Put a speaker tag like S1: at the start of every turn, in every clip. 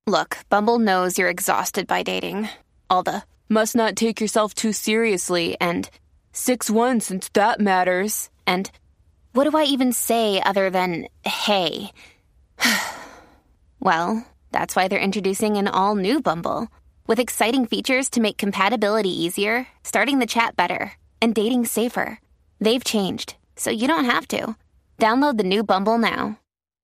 S1: Look, Bumble knows you're exhausted by dating. All the must not take yourself too seriously and 6'1" since that matters. And what do I even say other than hey? Well, that's why they're introducing an all-new Bumble with exciting features to make compatibility easier, starting the chat better, and dating safer. They've changed, so you don't have to. Download the new Bumble now.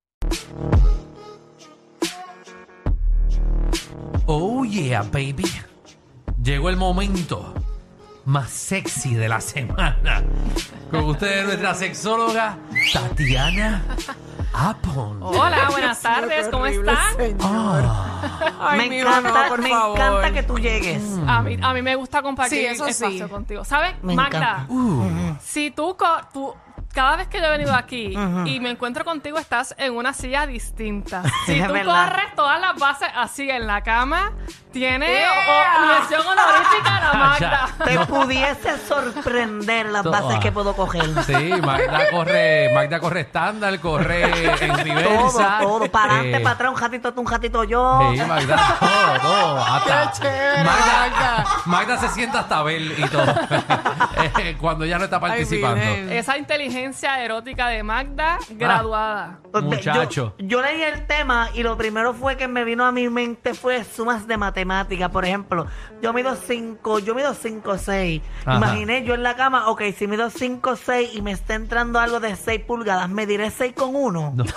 S2: Oh yeah, baby. Llegó el momento más sexy de la semana. Con ustedes nuestra sexóloga Tatiana Apon.
S3: Hola, buenas tardes, ¿cómo están?
S4: Ay, me encanta que tú llegues.
S3: A mí me gusta compartir
S4: Sí, eso
S3: espacio
S4: sí.
S3: contigo. ¿Sabes,
S4: Me
S3: Magda?
S4: encanta.
S3: Si tú cada vez que yo he venido aquí y me encuentro contigo, estás en una silla distinta. Si
S4: Es
S3: tú
S4: verdad.
S3: corres todas las bases así en la cama, tienes mención honorífica a la Magda.
S4: Te pudiese sorprender las
S2: To-
S4: bases que puedo coger.
S2: Sí, Magda corre estándar, corre en diversa.
S4: Todo. Para adelante, para atrás, un ratito tú, un ratito yo.
S2: Sí, Magda, todo. Hasta Magda se sienta hasta ver y todo. Cuando ya no está participando.
S3: Esa inteligencia erótica de Magda, graduada.
S2: Muchacho.
S4: Yo leí el tema y lo primero fue que me vino a mi mente fue sumas de matemática. Por ejemplo, yo mido 5'6".
S2: Ajá.
S4: Imaginé yo en la cama, ok, si mido 5'6" y me está entrando algo de 6 pulgadas, ¿mediré 6'1"?
S2: No.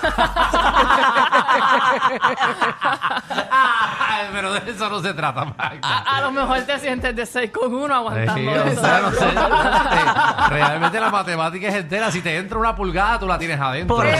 S2: Pero de eso no se trata, Magda.
S3: A lo mejor te sientes de 6'1" aguantando
S2: Sí,
S3: eso.
S2: o sea, no sé, realmente la matemática es entera. Si te entra una pulgada, tú la tienes adentro.
S4: Por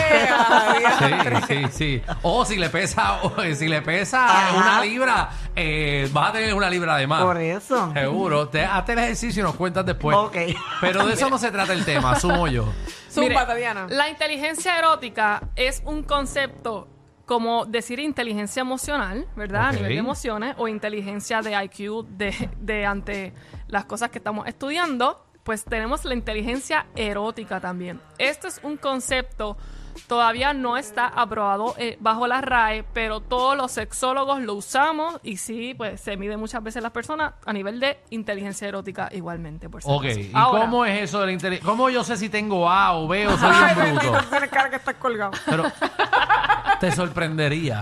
S2: Sí. O si le pesa
S4: Ajá.
S2: una libra, vas a tener una libra de más.
S4: Por eso.
S2: Seguro. Hazte el ejercicio y nos cuentas después.
S4: Ok.
S2: Pero de eso no se trata el tema, asumo yo.
S3: Mire,
S5: Tatiana.
S3: la inteligencia erótica es un concepto como decir inteligencia emocional, ¿verdad?
S2: Ok.
S3: A nivel de emociones, o inteligencia de IQ de ante las cosas que estamos estudiando. Pues tenemos la inteligencia erótica también. Este es un concepto, todavía no está aprobado bajo la RAE, pero todos los sexólogos lo usamos y sí, pues se mide muchas veces las personas a nivel de inteligencia erótica igualmente. Por si
S2: Ok,
S3: acaso.
S2: ¿y
S3: Ahora,
S2: cómo es eso de la inteligencia? ¿Cómo yo sé si tengo A o B o soy un bruto?
S5: Tienes cara que estás colgado.
S2: Pero te sorprendería.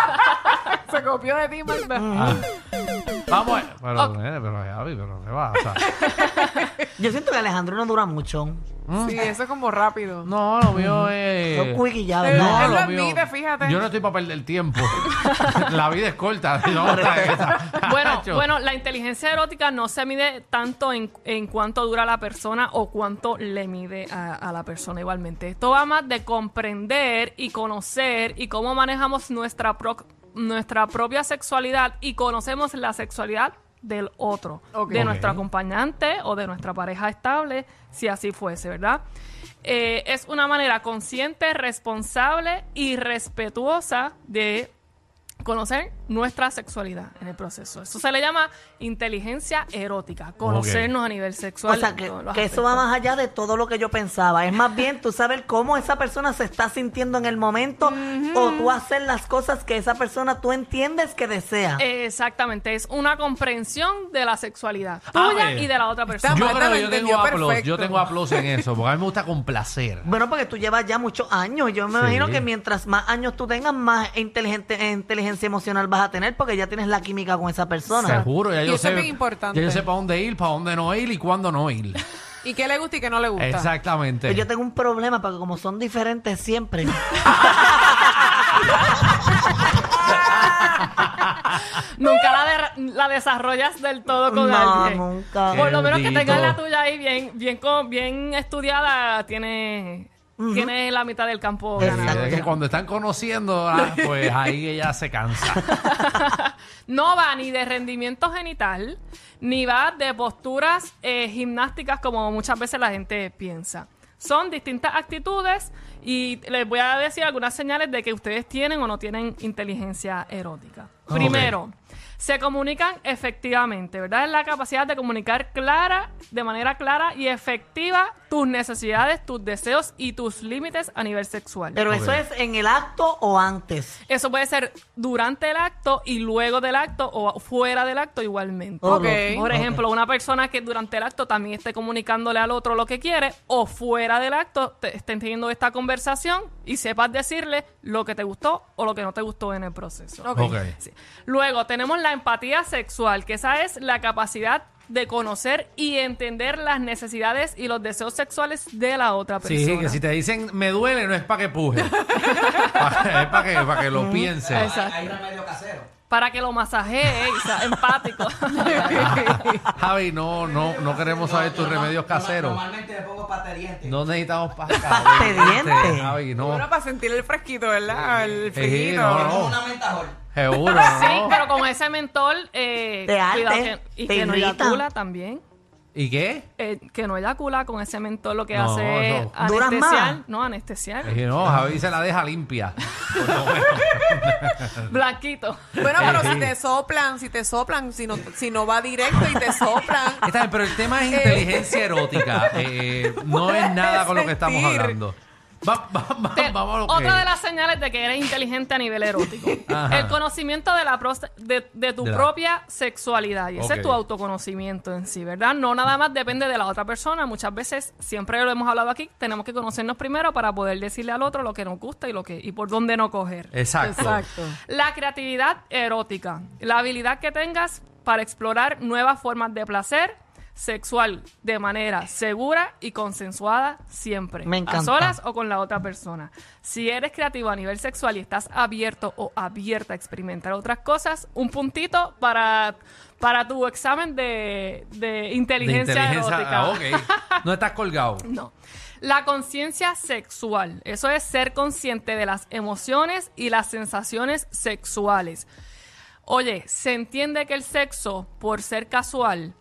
S5: Se copió de ti, Magda.
S2: Ah. Vamos, pero Javi, pero ¿qué va? O sea,
S4: Yo siento que Alejandro no dura mucho.
S5: Sí, eso es como rápido.
S2: no, lo mío es...
S4: Son quick y ya,
S5: Él
S4: ¿verdad?
S5: lo
S2: lo mío-
S5: admite, fíjate.
S2: Yo no estoy para perder tiempo. La vida es corta. No,
S3: Bueno, la inteligencia erótica no se mide tanto en cuánto dura la persona o cuánto le mide a la persona igualmente. Esto va más de comprender y conocer y cómo manejamos nuestra propia sexualidad y conocemos la sexualidad del otro,
S5: Ok.
S3: de nuestro
S2: Ok.
S3: acompañante o de nuestra pareja estable, si así fuese, ¿verdad? Es una manera consciente, responsable y respetuosa de conocer nuestra sexualidad en el proceso. Eso se le llama inteligencia erótica, conocernos a nivel sexual.
S4: O sea,
S3: en
S4: que
S3: todos los
S4: eso va
S3: aspectos.
S4: más allá de todo lo que yo pensaba. Es más bien tú saber cómo esa persona se está sintiendo en el momento o tú hacer las cosas que esa persona tú entiendes que desea.
S3: Exactamente, es una comprensión de la sexualidad
S2: A
S3: tuya
S2: ver.
S3: y de la otra persona.
S2: Yo
S5: Magda
S2: creo
S5: lo
S2: que yo tengo
S5: entendió
S2: aplausos.
S5: perfecto.
S2: Yo tengo aplausos en eso, porque a mí me gusta complacer.
S4: Bueno, porque tú llevas ya muchos años. Yo me
S2: Sí.
S4: imagino que mientras más años tú tengas, más inteligencia emocional vas a tener porque ya tienes la química con esa persona.
S2: Seguro, ya
S5: Y
S2: yo
S5: eso
S2: sé.
S5: es bien importante.
S2: Ya yo sé para dónde ir, para dónde no ir y cuándo no ir.
S5: ¿Y qué le gusta y qué no le gusta?
S2: Exactamente.
S4: Pero yo tengo un problema porque como son diferentes siempre.
S3: Nunca la desarrollas del todo con
S4: No,
S3: alguien.
S4: nunca.
S3: Por lo menos que
S2: Bendito.
S3: tengas la tuya ahí bien estudiada, tiene la mitad del campo
S4: Exacto.
S3: ganado.
S2: Es que cuando están conociendo, pues ahí ella se cansa.
S3: No va ni de rendimiento genital, ni va de posturas gimnásticas como muchas veces la gente piensa. Son distintas actitudes Y les voy a decir algunas señales de que ustedes tienen o no tienen inteligencia erótica.
S2: Ok.
S3: Primero, se comunican efectivamente, ¿verdad? Es la capacidad de comunicar de manera clara y efectiva tus necesidades, tus deseos y tus límites a nivel sexual.
S4: Pero eso
S2: Ok.
S4: es en el acto o antes.
S3: Eso puede ser durante el acto y luego del acto o fuera del acto igualmente.
S4: Oh,
S5: Ok.
S3: Por ejemplo, una persona que durante el acto también esté comunicándole al otro lo que quiere o fuera del acto estén teniendo esta conversación y sepas decirle lo que te gustó o lo que no te gustó en el proceso.
S5: Ok.
S2: Ok.
S3: Sí. Luego tenemos la empatía sexual, que esa es la capacidad de conocer y entender las necesidades y los deseos sexuales de la otra persona.
S2: Sí, que si te dicen me duele, no es para que puje. Es para que lo piense.
S3: Exacto.
S6: Hay remedio casero.
S3: Para que lo masajee y sea empático.
S2: Javi, no queremos saber tus remedios caseros.
S6: Normalmente le pongo pasta de dientes.
S2: No necesitamos
S4: Pasta de dientes.
S2: Javi, no.
S5: Bueno, para sentir el fresquito, ¿verdad? El
S2: Sí,
S5: frijito.
S2: no,
S6: Le
S2: no.
S6: pongo una mentajol.
S2: Seguro,
S3: Sí,
S2: ¿no?
S3: pero con ese mentol,
S4: Te arde,
S3: y
S4: te
S3: que no
S4: irrita.
S3: eyacula también.
S2: ¿Y qué?
S3: Que no eyacula con ese mentol, lo que
S2: No,
S3: hace es
S2: eso-
S4: ¿Duras
S3: anestesiar.
S4: más?
S3: No, anestesiar.
S2: Dije, no, Javi se la deja limpia. Por lo menos.
S3: Blanquito.
S5: Bueno, pero si te soplan, si no va directo y te soplan.
S2: Está bien, pero el tema es inteligencia erótica. No es nada con lo que estamos
S5: sentir.
S2: hablando. Vamos a lo que
S3: Otra de las señales de que eres inteligente a nivel erótico.
S2: Ajá.
S3: El conocimiento de de tu
S2: De la-
S3: propia sexualidad. Y ese
S2: Ok.
S3: es tu autoconocimiento en sí, ¿verdad? No nada más depende de la otra persona. Muchas veces, siempre lo hemos hablado aquí, tenemos que conocernos primero para poder decirle al otro lo que nos gusta y por dónde no coger.
S2: Exacto.
S5: Exacto.
S3: La creatividad erótica. La habilidad que tengas para explorar nuevas formas de placer sexual de manera segura y consensuada siempre.
S4: Me encanta.
S3: A solas o con la otra persona. Si eres creativo a nivel sexual y estás abierto o abierta a experimentar otras cosas, un puntito para tu examen de inteligencia erótica.
S2: Ah, ok. No estás colgado.
S3: No. La conciencia sexual. Eso es ser consciente de las emociones y las sensaciones sexuales. Oye, se entiende que el sexo, por ser casual,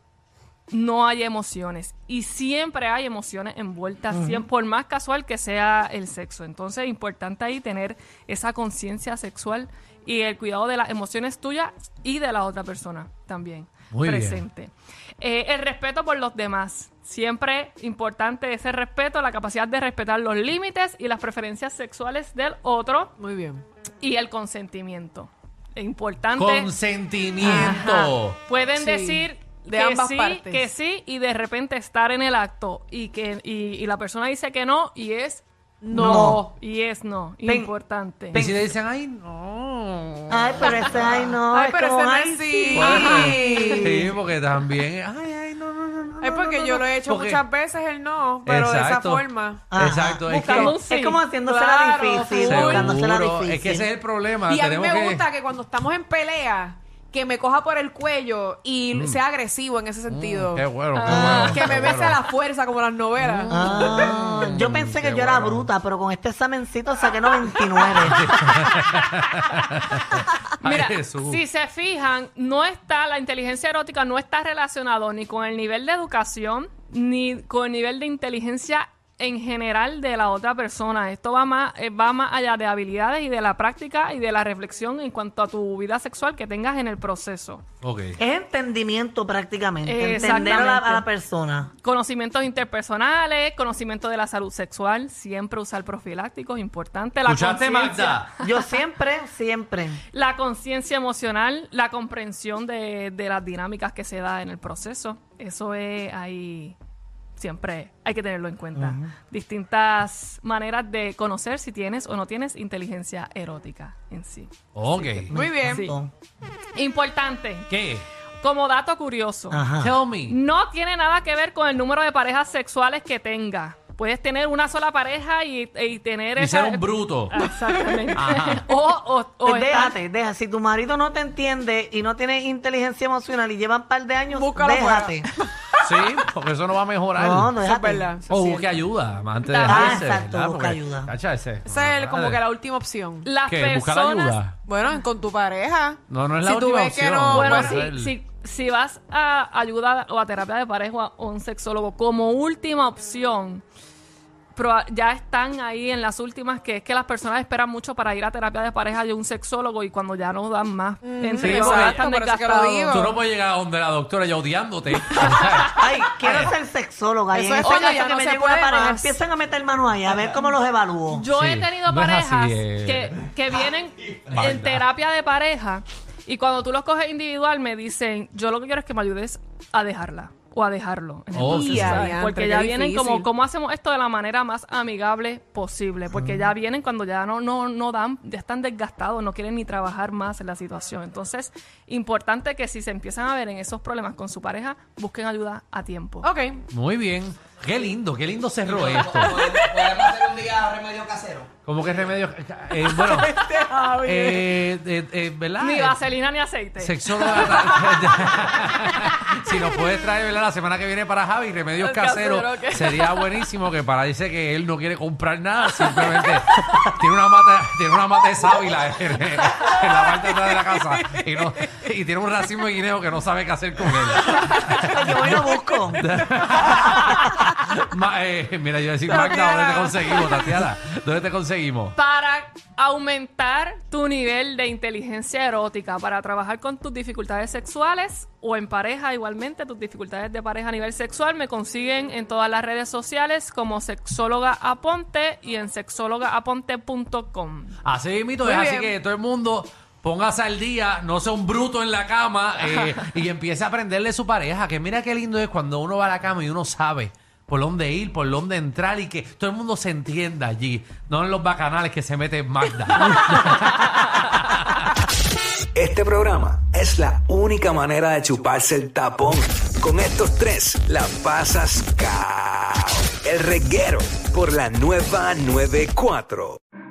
S3: no hay emociones. Y siempre hay emociones envueltas, por más casual que sea el sexo. Entonces es importante ahí tener esa conciencia sexual y el cuidado de las emociones tuyas y de la otra persona también.
S2: Muy bien.
S3: presente. El respeto por los demás. Siempre importante ese respeto, la capacidad de respetar los límites y las preferencias sexuales del otro
S5: Muy bien.
S3: y el consentimiento. Es importante.
S2: Consentimiento.
S3: Ajá. Pueden
S5: Sí,
S3: decir
S5: de
S3: que
S5: ambas
S3: sí,
S5: partes.
S3: que sí, y de repente estar en el acto y la persona dice que no y es no. Y es no. Importante.
S2: Y si le dicen, ay, no.
S4: Ay, pero ese ay no.
S5: Ay,
S4: es
S5: pero
S4: como,
S5: ese no
S4: ay,
S5: es
S4: sí.
S5: sí.
S2: Sí, porque también, ay, no.
S5: Es porque yo lo he hecho
S2: Porque-
S5: muchas veces el no, pero de esa
S2: Exacto.
S5: forma.
S4: Ajá.
S2: Exacto, es que
S3: Buscando un sí.
S4: Es como haciéndosela
S5: Claro,
S4: difícil,
S5: seguro.
S4: buscándosela
S2: seguro,
S4: difícil.
S2: es que ese es el problema.
S5: Y a mí
S2: Tenemos
S5: me
S2: que-
S5: gusta que cuando estamos en pelea, que me coja por el cuello y sea agresivo en ese sentido.
S2: Qué bueno, qué
S3: Ah,
S2: bueno.
S5: Que me
S2: qué
S5: bese a
S2: bueno.
S5: la fuerza como las novelas.
S4: Ah, yo pensé que
S2: qué
S4: yo era
S2: bueno.
S4: bruta, pero con este examencito saqué 99.
S3: Mira,
S2: Ay, Jesús.
S3: si se fijan, la inteligencia erótica no está relacionado ni con el nivel de educación, ni con el nivel de inteligencia en general de la otra persona. Esto va más allá de habilidades y de la práctica y de la reflexión en cuanto a tu vida sexual que tengas en el proceso.
S2: Ok.
S4: Es entendimiento prácticamente. Entender
S3: Exactamente.
S4: a la persona.
S3: Conocimientos interpersonales, conocimiento de la salud sexual, siempre usar profilácticos, importante. La
S2: ¿Escuchaste,
S3: conciencia.
S2: Magda?
S4: Yo siempre.
S3: La conciencia emocional, la comprensión de las dinámicas que se da en el proceso. Eso es ahí, siempre hay que tenerlo en cuenta. Distintas maneras de conocer si tienes o no tienes inteligencia erótica en sí.
S2: Ok.
S5: Muy bien.
S3: Sí. Importante,
S2: ¿Qué?
S3: como dato curioso,
S4: Ajá.
S2: Tell me.
S3: no tiene nada que ver con el número de parejas sexuales que tenga. Puedes tener una sola pareja y tener
S2: Y
S3: esa...
S2: ser un bruto.
S3: Exactamente.
S2: Ajá.
S3: o estar-
S4: Deja. Si tu marido no te entiende y no tiene inteligencia emocional y llevan un par de años,
S5: Búscalo
S4: déjate.
S2: Sí, porque eso no va a mejorar.
S4: No,
S5: Eso es
S4: déjate.
S5: verdad. eso
S2: O
S5: es
S2: busque
S5: cierto.
S2: ayuda antes de
S3: Ah,
S2: dejarse.
S4: exacto,
S2: ¿verdad?
S4: busca
S2: Porque,
S4: ayuda.
S2: cacha, ese.
S5: Esa es como
S2: Madre.
S5: que la última opción.
S3: Las
S2: ¿Qué? ¿Buscar ayuda?
S3: personas...
S5: Bueno, con tu pareja.
S2: No es la
S5: Si tú
S2: última
S5: ves que
S2: opción.
S5: no-
S3: Bueno,
S2: Puede ser.
S3: si vas a ayuda o a terapia de pareja o a un sexólogo como última opción, ya están ahí en las últimas, que es que las personas esperan mucho para ir a terapia de pareja de un sexólogo y cuando ya no dan más. Entre
S2: Sí,
S3: eso
S2: porque-
S3: ya están
S5: por eso que lo
S3: desgastados.
S5: digo.
S2: Tú no puedes llegar a donde la doctora ya odiándote.
S4: Ay, quiero ser sexóloga. Y
S5: Eso
S4: en
S5: es
S4: ese
S5: cuando
S4: caso
S5: ya
S4: que
S5: no
S4: me
S5: se
S4: llega una
S5: puede
S4: pareja,
S5: más.
S4: empiezan a meter mano ahí, a ver cómo los evalúo.
S3: Yo
S2: Sí,
S3: he tenido
S2: no es así,
S3: parejas que vienen
S2: Magda.
S3: en terapia de pareja y cuando tú los coges individual me dicen, yo lo que quiero es que me ayudes a dejarla o a dejarlo. En el
S2: Oh,
S3: proceso,
S2: sí.
S3: ¿sabes?
S5: Ya,
S3: Porque
S5: qué
S3: ya vienen
S5: difícil.
S3: como hacemos esto de la manera más amigable posible. Porque ya vienen cuando ya no dan, ya están desgastados, no quieren ni trabajar más en la situación. Entonces, importante que si se empiezan a ver en esos problemas con su pareja, busquen ayuda a tiempo.
S5: Ok.
S2: Muy bien. Qué lindo cerró esto.
S6: Podemos hacer un día remedio casero.
S2: ¿Cómo que remedio? Bueno, ¿verdad?
S3: Ni vaselina ni aceite.
S2: Sexóloga. Si nos puedes traer, ¿verdad? La semana que viene para Javi, remedios
S3: El
S2: caseros,
S3: casero, ¿qué?
S2: sería buenísimo. Que para dice que él no quiere comprar nada, simplemente tiene una mata de sábila en la parte de atrás de la casa y tiene un racimo de guineo que no sabe qué hacer con él.
S4: Yo voy y lo busco.
S2: Mira, yo iba a decir, Magda, ¿dónde te conseguimos, Tatiana? ¿Dónde te conseguimos?
S3: Para aumentar tu nivel de inteligencia erótica, para trabajar con tus dificultades sexuales o en pareja igualmente, tus dificultades de pareja a nivel sexual, me consiguen en todas las redes sociales como Sexóloga Aponte y en sexólogaaponte.com.
S2: Así mito
S5: Muy
S2: es, así
S5: bien.
S2: que todo el mundo póngase al día, no sea un bruto en la cama y empiece a aprenderle a su pareja, que mira qué lindo es cuando uno va a la cama y uno sabe por dónde ir, por dónde entrar y que todo el mundo se entienda allí, no en los bacanales que se mete Magda.
S7: Este programa es la única manera de chuparse el tapón. Con estos tres la pasas cao. El reguero por la nueva 94.